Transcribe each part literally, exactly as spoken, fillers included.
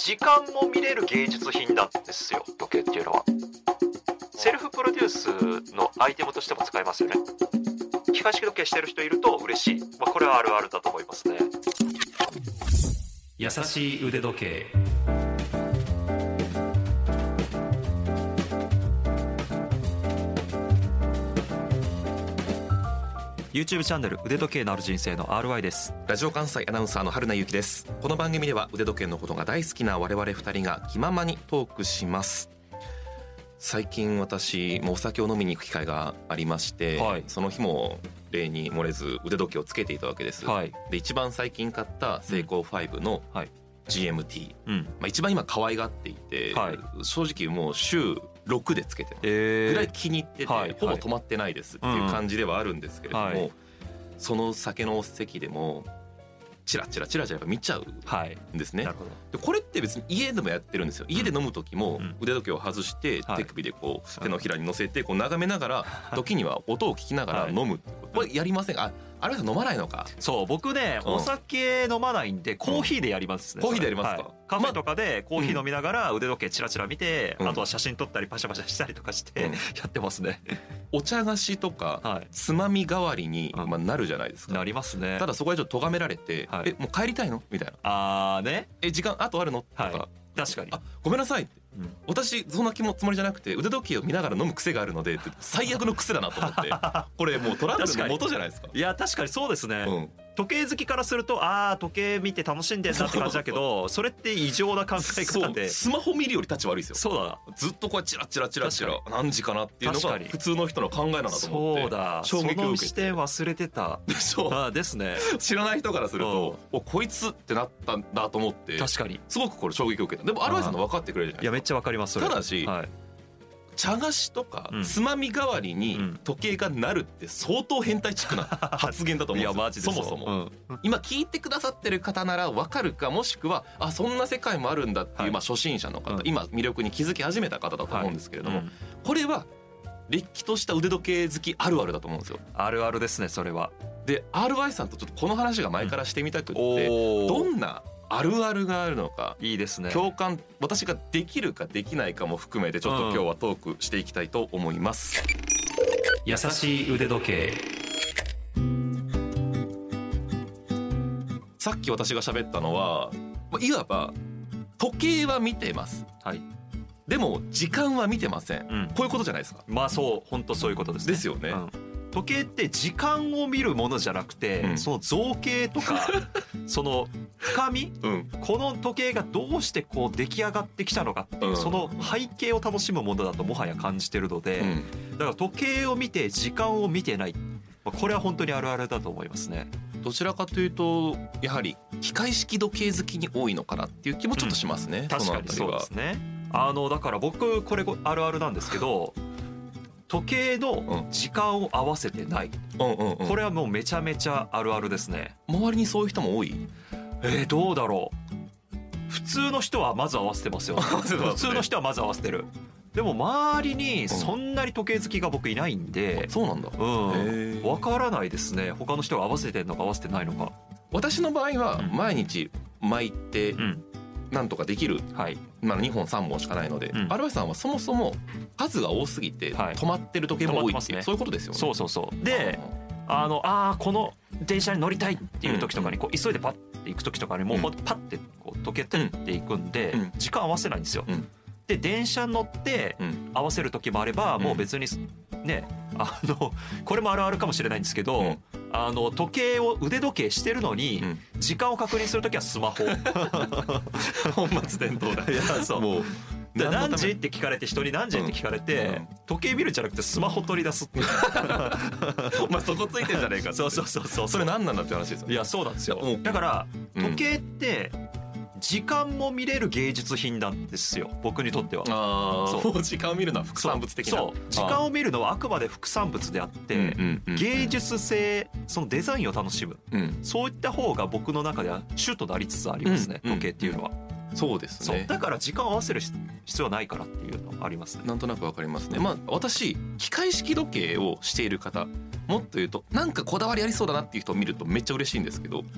時間も見れる芸術品なんですよ、時計っていうのは。セルフプロデュースのアイテムとしても使えますよね。機械式時計してる人いると嬉しい、まあ、これはあるあるだと思いますね。 優しい腕時計。 YouTube チャンネル腕時計のある人生の アールワイ です。 ラジオ関西アナウンサーの春名由紀です。この番組では腕時計のことが大好きな我々ふたりが気ままにトークします。最近私もお酒を飲みに行く機会がありまして、はい、その日も例に漏れず腕時計をつけていたわけです、はい、で一番最近買ったセイコーファイブの ジーエムティー、うん、まあ、一番今可愛がっていて、はい、正直もう週ろくでつけてますぐらい気に入ってて、はい、ほぼ止まってないですっていう感じではあるんですけれども、はい、その酒の席でもチラチラチラチラ見ちゃうんですね、はい、でこれって別に家でもやってるんですよ。家で飲む時も腕時計を外して手首でこう手のひらに乗せてこう眺めながら時には音を聞きながら飲むってこと、これやりませんか？あれは飲まないのか。 そう、僕ね、うん、お酒飲まないんでコーヒーでやりますね、 うん、コーヒーでやりますか、 はい、カフェとかでコーヒー飲みながら腕時計チラチラ見て、うん、あとは写真撮ったりパシャパシャしたりとかして、うん、やってますね。 お茶菓子とかつまみ代わりに、まあ、なるじゃないですか。 なりますね。 ただそこでちょっと咎められて、はい、えもう帰りたいのみたいな、 あーね、 え時間あとあるのとか、 はい、確かに、 あごめんなさいって、うん、私そんな気もつもりじゃなくて腕時計を見ながら飲む癖があるのでって最悪の癖だなと思ってこれもうトラブルの元じゃないですか。 いや確かにそうですね、うん、時計好きからするとああ時計見て楽しんでんなって感じだけどそれって異常な考え方で、 スマホ見るより立ち悪いですよ。 そうだな、 ずっとこうチラチラチラチラ何時かなっていうのが普通の人の考えなんだと思って、 そうだ、 衝撃を受けて、その視点忘れてたでしょう。 あですね、 知らない人からするとおこいつってなったんだと思って、 確かにすごくこれ衝撃を受けた。でもアルワイさんの分かってくれるじゃないですか。 いやめっちゃ分かります。それただし、はい、茶菓子とかつまみ代わりに時計が鳴るって相当変態チックな発言だと思うんですよ。いやマジでそもそも、うん、今聞いてくださってる方なら分かるか、もしくはあそんな世界もあるんだっていう、はい、まあ初心者の方、うん、今魅力に気づき始めた方だと思うんですけれども、はい、うん、これはれっきとした腕時計好きあるあるだと思うんですよ。 あるあるですねそれは。 で アールワイ さんとちょっとこの話が前からしてみたくって、うん、どんなあるあるがあるのか、 いいですね、 共感私ができるかできないかも含めてちょっと今日はトークしていきたいと思います、 うん、優しい腕時計。 さっき私が喋ったのはいわば時計は見てます、はい、でも時間は見てません、うん、こういうことじゃないですか。 まあそう本当そういうことですね。 ですよね、うん、 時計って時間を見るものじゃなくて、うん、その造形とかその深み、うん、この時計がどうしてこう出来上がってきたのかっていう、うん、その背景を楽しむものだともはや感じてるので、うん、だから時計を見て時間を見てない、これは本当にあるあるだと思いますね。 どちらかというとやはり機械式時計好きに多いのかなっていう気もちょっとしますね、うん、 確かにそうですね。あのだから僕これあるあるなんですけど時計の時間を合わせてない、うんうんうん、これはもうめちゃめちゃあるあるですね。 周りにそういう人も多い？ えー、どうだろう。普通の人はまず合わせてますよ普通の人はまず合わせてる。でも周りにそんなに時計好きが僕いないんで、 うん、そうなんだ、 うん、分からないですね。他の人が合わせてるのか合わせてないのか。 私の場合は毎日巻いて、うんなんとかできる、はい、まあにほんさんぼんしかないので、うん、アルワイさんはそもそも数が多すぎて止まってる時計も多いっていう、はい、そういうことですよね。 そうそうそうであのあこの電車に乗りたいっていう時とかにこう急いでパッて行く時とかにもうパッてこう時計取っていくんで時間合わせないんですよ、うん、で電車に乗って合わせる時もあればもう別にねあのこれもあるあるかもしれないんですけど、うん、あの時計を腕時計してるのに時間を確認するときはスマホ本末転倒だ。いやそうもうで何時って聞かれて人に何時って聞かれて、うん、時計見るんじゃなくてスマホ取り出すっていうまあそこついてんじゃねえかって。 そうそうそうそうそれ何なんだって話ですよね。 いやそうなんですよ。だから時計って時間も見れる芸術品なんですよ僕にとっては。 あそう時間を見るのは副産物的な。 そう時間を見るのはあくまで副産物であって、うんうんうん、芸術性そのデザインを楽しむ、うん、そういった方が僕の中では主となりつつありますね、うんうん、時計っていうのは。 そうですね。 そうだから時間を合わせる必要はないからっていうのがありますね。 なんとなくわかりますね。まあ私機械式時計をしている方もっと言うとなんかこだわりありそうだなっていう人を見るとめっちゃ嬉しいんですけど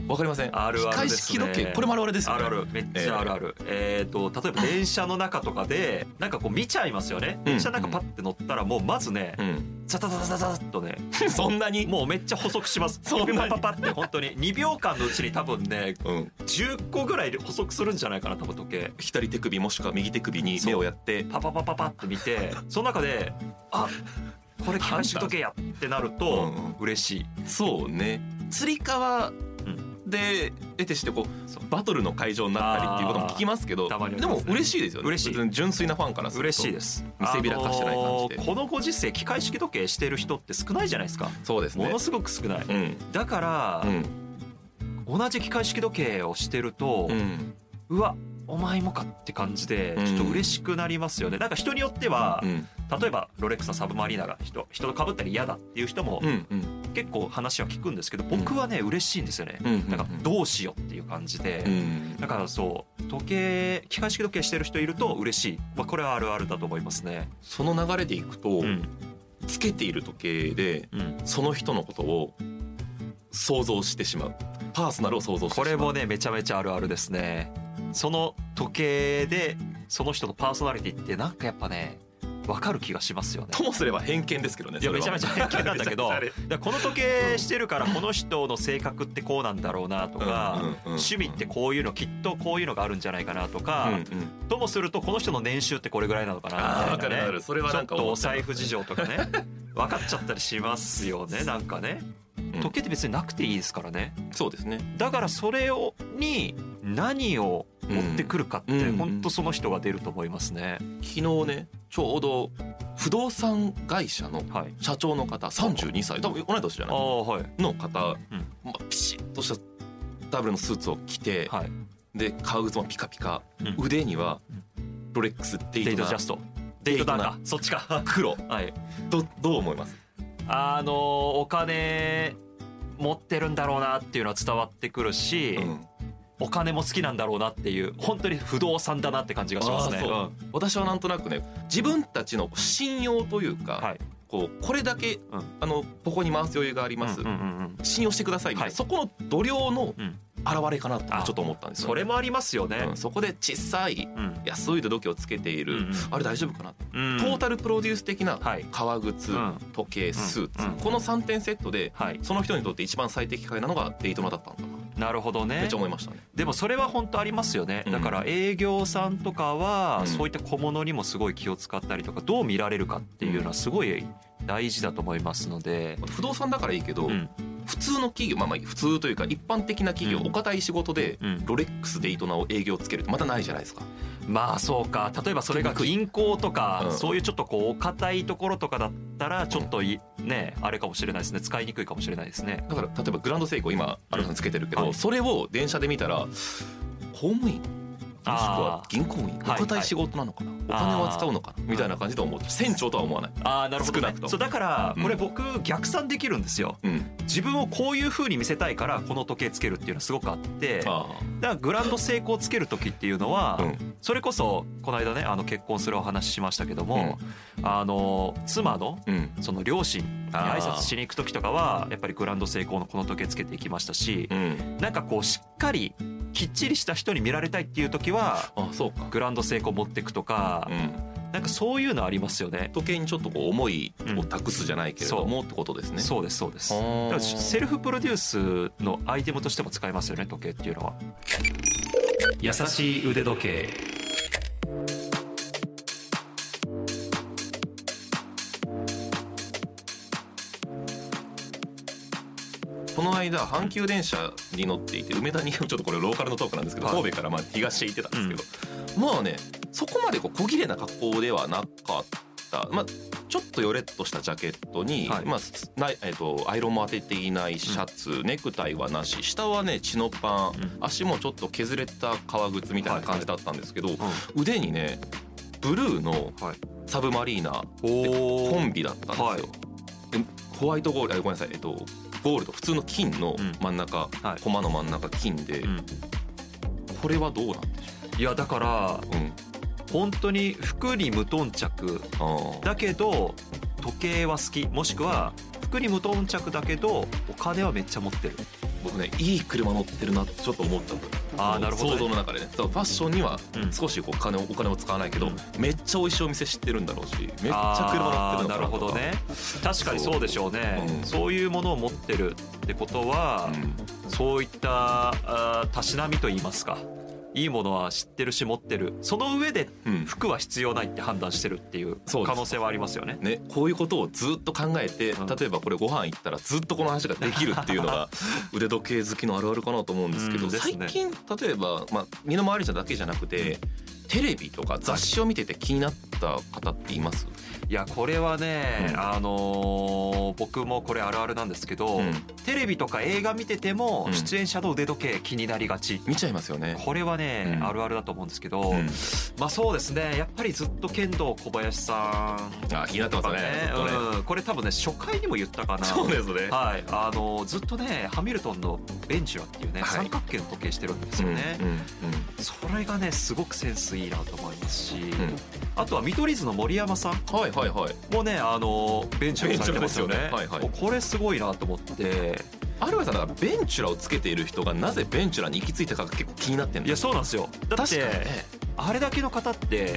わかりません。 あるあるですね。 機械式時計これもあるあるですよね。 あるあるめっちゃあるある。えっと例えば電車の中とかでなんかこう見ちゃいますよね。電車の中パッて乗ったらもうまずね、ザザザザザッとね、 そんなにもうめっちゃ補足します。そんなにパパパって本当ににびょうかんのうちに多分ね、じゅっこぐらい補足するんじゃないかな多分時計。 左手首もしくは右手首に目をやってパパパパパって見て、その中であこれ機械式時計やってなると嬉しい。 そうね。つり革で得てしてこうバトルの会場になったりっていうことも聞きますけど、でも嬉しいですよね。 嬉しい。 純粋なファンからすると嬉しいです。 見せびらかしてない感じで、 このご時世機械式時計してる人って少ないじゃないですか。 そうですね。 ものすごく少ない。だから同じ機械式時計をしてると、うわお前もかって感じでちょっと嬉しくなりますよね。なんか人によっては、例えばロレックスのサブマリーナが人人と被ったり嫌だっていう人も結構話は聞くんですけど、僕はね嬉しいんですよね。なんかどうしようっていう感じで、だからそう時計機械式時計してる人いると嬉しい。まあこれはあるあるだと思いますね。 その流れでいくと、つけている時計でその人のことを想像してしまう、パーソナルを想像してしまう。 これもねめちゃめちゃあるあるですね。その時計でその人のパーソナリティってなんかやっぱね分かる気がしますよね。 ともすれば偏見ですけどね。 いやめちゃめちゃ偏見なんだけどこの時計してるからこの人の性格ってこうなんだろうなとか、趣味ってこういうのきっとこういうのがあるんじゃないかなとか、ともするとこの人の年収ってこれぐらいなのかなみたいなね、ちょっとお財布事情とかね分かっちゃったりしますよね。なんかね時計って別になくていいですからね。 そうですね。 だからそれをに何を持ってくるかって本当その人が出ると思いますね。 昨日ねちょうど不動産会社の社長の方、さんじゅうにさい多分同い年じゃないの方、まあ、ピシッとしたダブルのスーツを着て、で革靴もピカピカ、腕にはロレックスデイトナジャストデイトナかそっちか黒、どどう思います？ あのお金持ってるんだろうなっていうのは伝わってくるし、うん、お金も好きなんだろうなっていう本当に不動産だなって感じがしますね。うん、 私はなんとなくね自分たちの信用というか、はい、こうこれだけ、うん、あのここに回す余裕があります、うんうんうんうん、信用してくださいみたいな、はい、そこの度量の現れかなとちょっと思ったんですよ、ね、 それもありますよね、 うん、そこで小さい安い腕時計をつけている、うん、あれ大丈夫かな、うん、トータルプロデュース的な革靴、はい、時計、スーツ、うん、このさんてんセットで、はい、その人にとって一番最適解なのがデイトナだったのかな。 なるほどね。 めっちゃ思いましたね。 でもそれは本当ありますよね。だから営業さんとかはそういった小物にもすごい気を使ったりとか、どう見られるかっていうのはすごい大事だと思いますので、 不動産だからいいけど、うん、普通の企業、まあまあ普通というか一般的な企業、うん、お堅い仕事でロレックスデイトナを営業つけるってまたないじゃないですか。 まあそうか。例えばそれが銀行とか、うん、そういうちょっとこうお堅いところとかだったらちょっとい、うん、ねあれかもしれないですね。使いにくいかもしれないですね。 だから例えばグランドセイコー今アルさんつけてるけど、うんはい、それを電車で見たら公務員もしくは銀行員、お堅い仕事なのかな、お金を扱うのかなみたいな感じで思って、船長とは思わない。 ああなるほど、ね、少なくとそうだからこれ僕逆算できるんですよ、うん、自分をこういう風に見せたいからこの時計つけるっていうのはすごくあって、あだからグランドセイコーつける時っていうのは、うん、それこそこの間ねあの結婚するお話しましたけども、うん、あの妻のその両親に挨拶しに行く時とかはやっぱりグランドセイコーのこの時計つけていきましたし、うん、なんかこうしっかりきっちりした人に見られたいっていう時はあそうかグランドセイコー持っていくとか、うん、なんかそういうのありますよね。 時計にちょっとこう思いを託すじゃないけれども、うん、ってことですね。 そうですそうです。だからセルフプロデュースのアイテムとしても使えますよね時計っていうのは。 優しい腕時計。 この間阪急電車に乗っていて梅田にちょっとこれローカルのトークなんですけど、神戸からまあ東へ行ってたんですけど、うん、まあねそこまでこう小綺麗な格好ではなかった、まあ、ちょっとヨレッとしたジャケットに、はいまあないえー、とアイロンも当てていないシャツ、うん、ネクタイはなし、下はねチノパン、うん、足もちょっと削れた革靴みたいな感じだったんですけど、はいはいうん、腕にねブルーのサブマリーナでコンビだったんですよ、はい、でホワイトゴールド、ごめんなさいえっとゴールド普通の金の真ん中、うんはい、コマの真ん中金で、うん、これはどうなんでしょう。いやだから、うん、本当に服に無頓着だけど時計は好き、もしくは服に無頓着だけどお金はめっちゃ持ってる。 僕ねいい車乗ってるなってちょっと思ったんだ。 あーなるほどね、 想像の中でね。ファッションには少しこう金をお金を使わないけど、 うん、 めっちゃ美味しいお店知ってるんだろうし、めっちゃ車乗ってるのかなとか。 なるほどね、確かにそうでしょうね。そう、うん、そういうものを持ってるってことは、うん、そういったあたしなみといいますか、いいものは知ってるし持ってる、その上で服は必要ないって判断してるっていう可能性はありますよね。 ね、こういうことをずっと考えて、例えばこれご飯行ったらずっとこの話ができるっていうのが腕時計好きのあるあるかなと思うんですけど、うんですね、最近例えば、まあ、身の回りじゃだけじゃなくてテレビとか雑誌を見てて気になった方っています？ いやこれはね、うん、あのー、僕もこれあるあるなんですけど、うん、テレビとか映画見てても出演者の腕時計気になりがち、うん、 見ちゃいますよね。 これはね、うん、あるあるだと思うんですけど、うん、まあそうですね、やっぱりずっと剣道小林さん、 あ気になってますね、ね、 うん、これ多分ね初回にも言ったかな。 そうですね、 はい、あのー、ずっとねハミルトンのベンチュラっていうね、はい、三角形の時計してるんですよね、うんうんうん、それがねすごくセンスいいなと思いますし、うん、あとは見取り図の森山さん、 はいはいはい、 もうねあのベンチュラされてますよね。 はいはい、 これすごいなと思って。 アルバイさんだからベンチュラをつけている人がなぜベンチュラに行き着いたかが結構気になってんの。 いやそうなんですよ。だって、ね、あれだけの方って、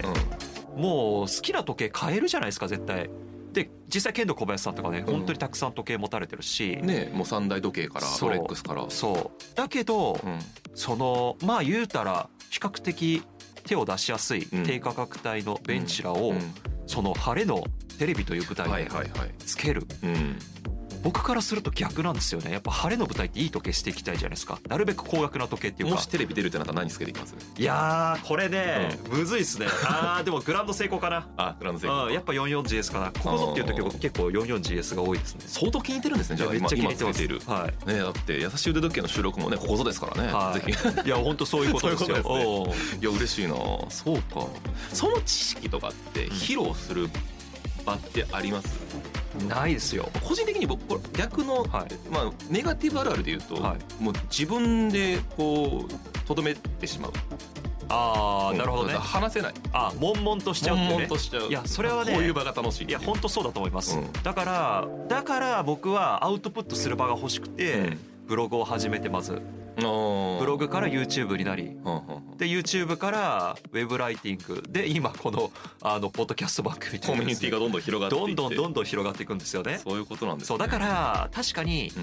うん、もう好きな時計買えるじゃないですか絶対。で実際剣道小林さんとかね、うん、本当にたくさん時計持たれてるし、 ね、もう三大時計からロレックスからそうだけど、うん、そのまあ言うたら比較的手を出しやすい低価格帯のベンチュラを、うんうん、その晴れのテレビという舞台でつける、はいはいはい、うん、僕からすると逆なんですよね。やっぱ晴れの舞台っていい時計していきたいじゃないですか。なるべく高額な時計っていうか。 もしテレビ出るってなったら何つけていきます？ いやーこれね、うん、むずいっすね。あーでもグランド成功かな。 あグランド成功、 うん、やっぱ よんじゅうよんジーエス かな。ここぞっていう時は結構 よんじゅうよんジーエス が多いですね。 相当気に入ってるんですね。じゃあ今今つけている、 はいね、だって優しい腕時計の収録もねここぞですからね、はい、ぜひ。 いや本当そういうことですよ。 そういうことですね。いや嬉しいな。そうか、その知識とかって披露する場ってあります？ ないですよ。 個人的に僕これ逆の、はい、まあ、ネガティブあるあるで言うと、はい、もう自分でこうとどめてしまう。 ああ、うん、なるほどね。 話せない。 あ、悶々としちゃうってね。 悶々としちゃう。 いやそれはね、 こういう場が楽しい。 いや本当そうだと思います、うん、だからだから僕はアウトプットする場が欲しくて、うん、ブログを始めて、まずブログから YouTube になり、で YouTube からウェブライティングで今このあのポッドキャスト番組コミュニティがどんどん広がっていってどんどんどんどん広がっていくんですよね。 そういうことなんですね。 そうだから確かに、うん、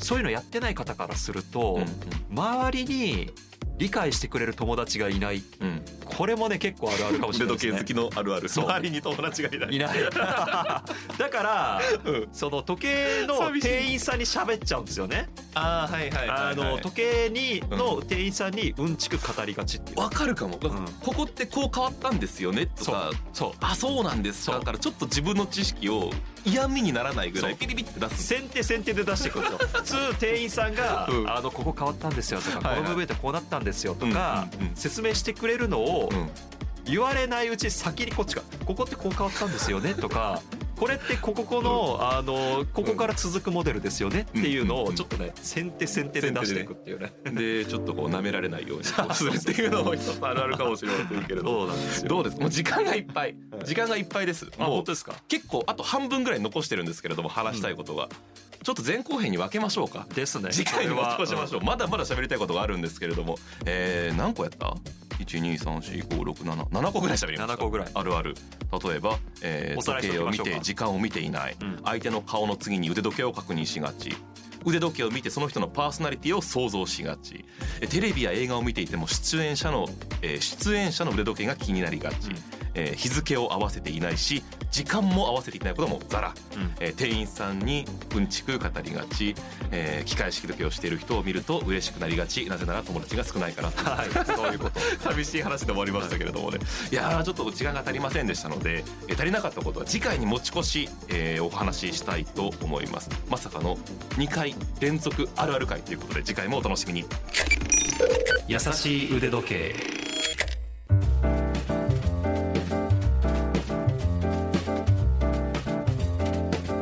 そういうのやってない方からすると、うんうん、周りに理解してくれる友達がいない、うん、これもね結構あるあるかもしれないですね。 腕時計好きのあるある。周りに友達がいない。 いないだから、うん、その時計の店員さんに喋っちゃうんですよね。 ああはいはいはい、はい、 あの時計にの店員さんにうんちく語りがちっていう。 わかるかも、うん、ここってこう変わったんですよねとか、 そうそう、 あそうなんですか、だからちょっと自分の知識を嫌味にならないぐらいピリピリって出す。 先手先手で出していくんですよ。普通店員さんが、うん、あのここ変わったんですよとか、はいはい、この部分でこうなったんですよとか、うんうんうん、説明してくれるのを、うん、言われないうち先にこっちがここってこう変わったんですよねとかこれってこここの、あのここから続くモデルですよねっていうのをちょっとね先手先手で出していくっていうね。 でちょっとこう舐められないようにするっていうのも一つあるあるかもしれませんけれど。 そうなんですよ。 どうですか。もう時間がいっぱい、時間がいっぱいです。 あ本当ですか。 結構あと半分ぐらい残してるんですけれども話したいことが、うん、ちょっと前後編に分けましょうか。 ですね。 次回に持ち越しましょう。まだまだ喋りたいことがあるんですけれども、えー、何個やった？いち、に、さん、よん、ご、ろく、なな、ななこぐらい喋りました。 ななこぐらい。 あるある。例えば、えー、時計を見て時間を見ていない、うん、相手の顔の次に腕時計を確認しがち、腕時計を見てその人のパーソナリティを想像しがち、テレビや映画を見ていても出演者の、えー、出演者の腕時計が気になりがち、うん、えー、日付を合わせていないし時間も合わせていないこともザラ、うん、えー、店員さんにうんちく語りがち、えー、機械式時計をしている人を見ると嬉しくなりがち、なぜなら友達が少ないから。 はい、そういうこと寂しい話で終わりましたけれどもね。いやーちょっと時間が足りませんでしたので、えー、足りなかったことは次回に持ち越し、えー、お話ししたいと思います。まさかのにかい連続あるある会ということで次回もお楽しみに。 優しい腕時計。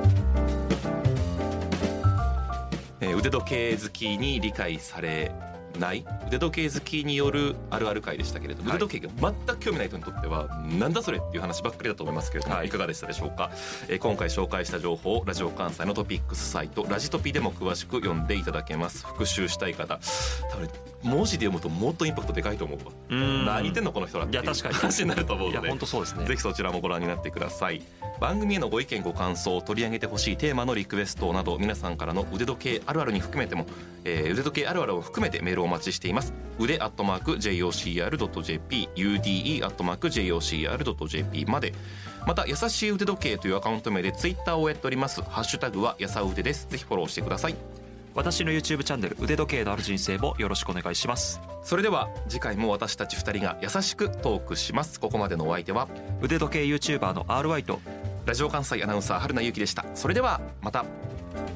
腕時計好きに理解されない腕時計好きによるあるある会でしたけれども、はい、腕時計が全く興味ない人にとってはなんだそれっていう話ばっかりだと思いますけれども、はい、いかがでしたでしょうか。えー、今回紹介した情報をラジオ関西のトピックスサイトラジトピでも詳しく読んでいただけます。復習したい方、多分文字で読むともっとインパクトでかいと思うわ。うーん、何言ってんのこの人らっていう話になると思うので、いや本当そうですね、ぜひそちらもご覧になってください。番組へのご意見ご感想、取り上げてほしいテーマのリクエストなど、皆さんからの腕時計あるあるに含めても、えー、腕時計あるあるを含めてメールをお待ちしています。腕アットマーク ジェイオーシーアールドットジェーピー ユーディーイー アットマーク ジェイオーシーアールドットジェーピー まで。また優しい腕時計というアカウント名でツイッターをやっております。ハッシュタグはやさうでです。ぜひフォローしてください。 私の YouTube チャンネル腕時計のある人生もよろしくお願いします。 それでは次回も私たちふたりが優しくトークします。ここまでのお相手は腕時計 YouTuber の アールワイ とラジオ関西アナウンサー春名由紀でした。それではまた。